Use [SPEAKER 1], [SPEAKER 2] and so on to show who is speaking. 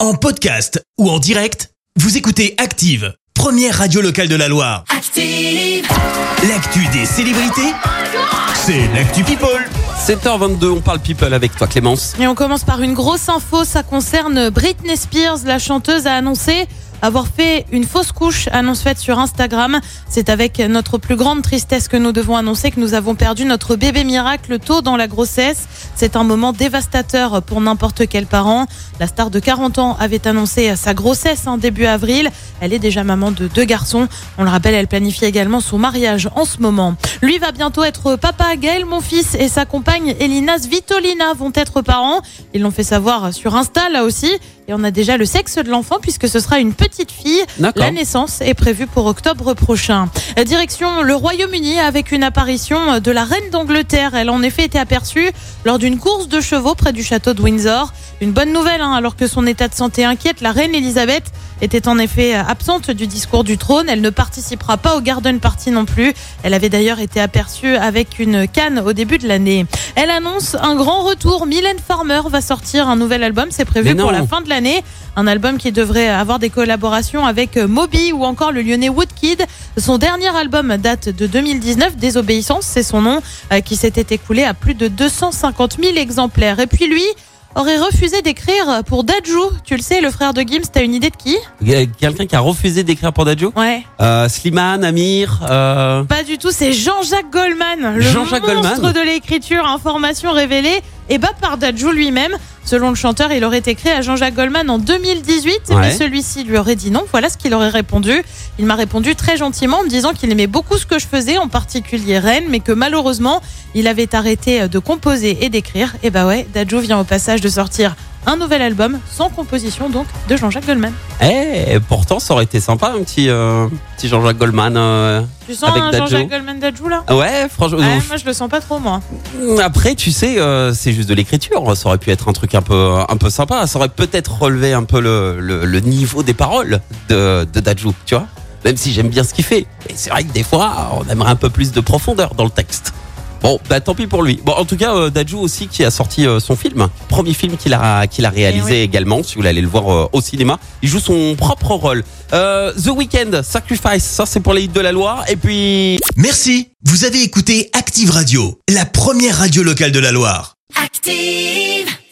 [SPEAKER 1] En podcast ou en direct, vous écoutez Active, première radio locale de la Loire.
[SPEAKER 2] Active.
[SPEAKER 1] L'actu des célébrités, c'est l'actu People.
[SPEAKER 3] 7h22, on parle people avec toi Clémence.
[SPEAKER 4] Et on commence par une grosse info, ça concerne Britney Spears. La chanteuse a annoncé avoir fait une fausse couche, annonce faite sur Instagram. C'est avec notre plus grande tristesse que nous devons annoncer que nous avons perdu notre bébé miracle tôt dans la grossesse. C'est un moment dévastateur pour n'importe quel parent. La star de 40 ans avait annoncé sa grossesse début avril. Elle est déjà maman de 2 garçons. On le rappelle, elle planifie également son mariage en ce moment. Lui va bientôt être papa. Gaël, mon fils, et sa compagne Elina Svitolina vont être parents. Ils l'ont fait savoir sur Insta là aussi. Et on a déjà le sexe de l'enfant puisque ce sera une petite fille.
[SPEAKER 3] D'accord.
[SPEAKER 4] La naissance est prévue pour octobre prochain. Direction le Royaume-Uni avec une apparition de la reine d'Angleterre. Elle a en effet été aperçue lors d'une course de chevaux près du château de Windsor. Une bonne nouvelle, alors que son état de santé inquiète. La reine Elisabeth était en effet absente du discours du trône. Elle ne participera pas au Garden Party non plus. Elle avait d'ailleurs été aperçue avec une canne au début de l'année. Elle annonce un grand retour. Mylène Farmer va sortir un nouvel album. C'est prévu pour la fin de l'année. Un album qui devrait avoir des collaborations avec Moby ou encore le Lyonnais Woodkid. Son dernier album date de 2019. Désobéissance, c'est son nom, qui s'était écoulé à plus de 250 000 exemplaires. Et puis lui aurait refusé d'écrire pour Dadju. Tu le sais, le frère de Gims, t'as une idée de qui ?
[SPEAKER 3] Quelqu'un qui a refusé d'écrire pour Dadju ?
[SPEAKER 4] Ouais.
[SPEAKER 3] Slimane, Amir.
[SPEAKER 4] Pas du tout, c'est Jean-Jacques Goldman, le monstre de l'écriture. Information révélée par Dadju lui-même. Selon le chanteur, il aurait écrit à Jean-Jacques Goldman en 2018, mais celui-ci lui aurait dit non. Voilà ce qu'il aurait répondu. Il m'a répondu très gentiment en me disant qu'il aimait beaucoup ce que je faisais, en particulier Rennes, mais que malheureusement, il avait arrêté de composer et d'écrire. Et Dadju vient au passage de sortir un nouvel album, sans composition donc, de Jean-Jacques Goldman.
[SPEAKER 3] Pourtant, ça aurait été sympa, un petit Jean-Jacques Goldman.
[SPEAKER 4] Tu sens
[SPEAKER 3] avec
[SPEAKER 4] un
[SPEAKER 3] Dadju.
[SPEAKER 4] Jean-Jacques Goldman Dadju là ?
[SPEAKER 3] Ouais, franchement.
[SPEAKER 4] Moi je le sens pas trop, moi.
[SPEAKER 3] Après, tu sais, c'est juste de l'écriture. Ça aurait pu être un truc un peu sympa. Ça aurait peut-être relevé un peu le niveau des paroles de Dadju, tu vois. Même si j'aime bien ce qu'il fait. Mais c'est vrai que des fois, on aimerait un peu plus de profondeur dans le texte. Bon, tant pis pour lui. Bon, en tout cas, Dadju aussi qui a sorti son film, premier film qu'il a réalisé également. Si vous voulez aller le voir au cinéma, il joue son propre rôle. The Weeknd, Sacrifice, ça c'est pour les hits de la Loire. Et puis.
[SPEAKER 1] Merci. Vous avez écouté Active Radio, la première radio locale de la Loire.
[SPEAKER 2] Active.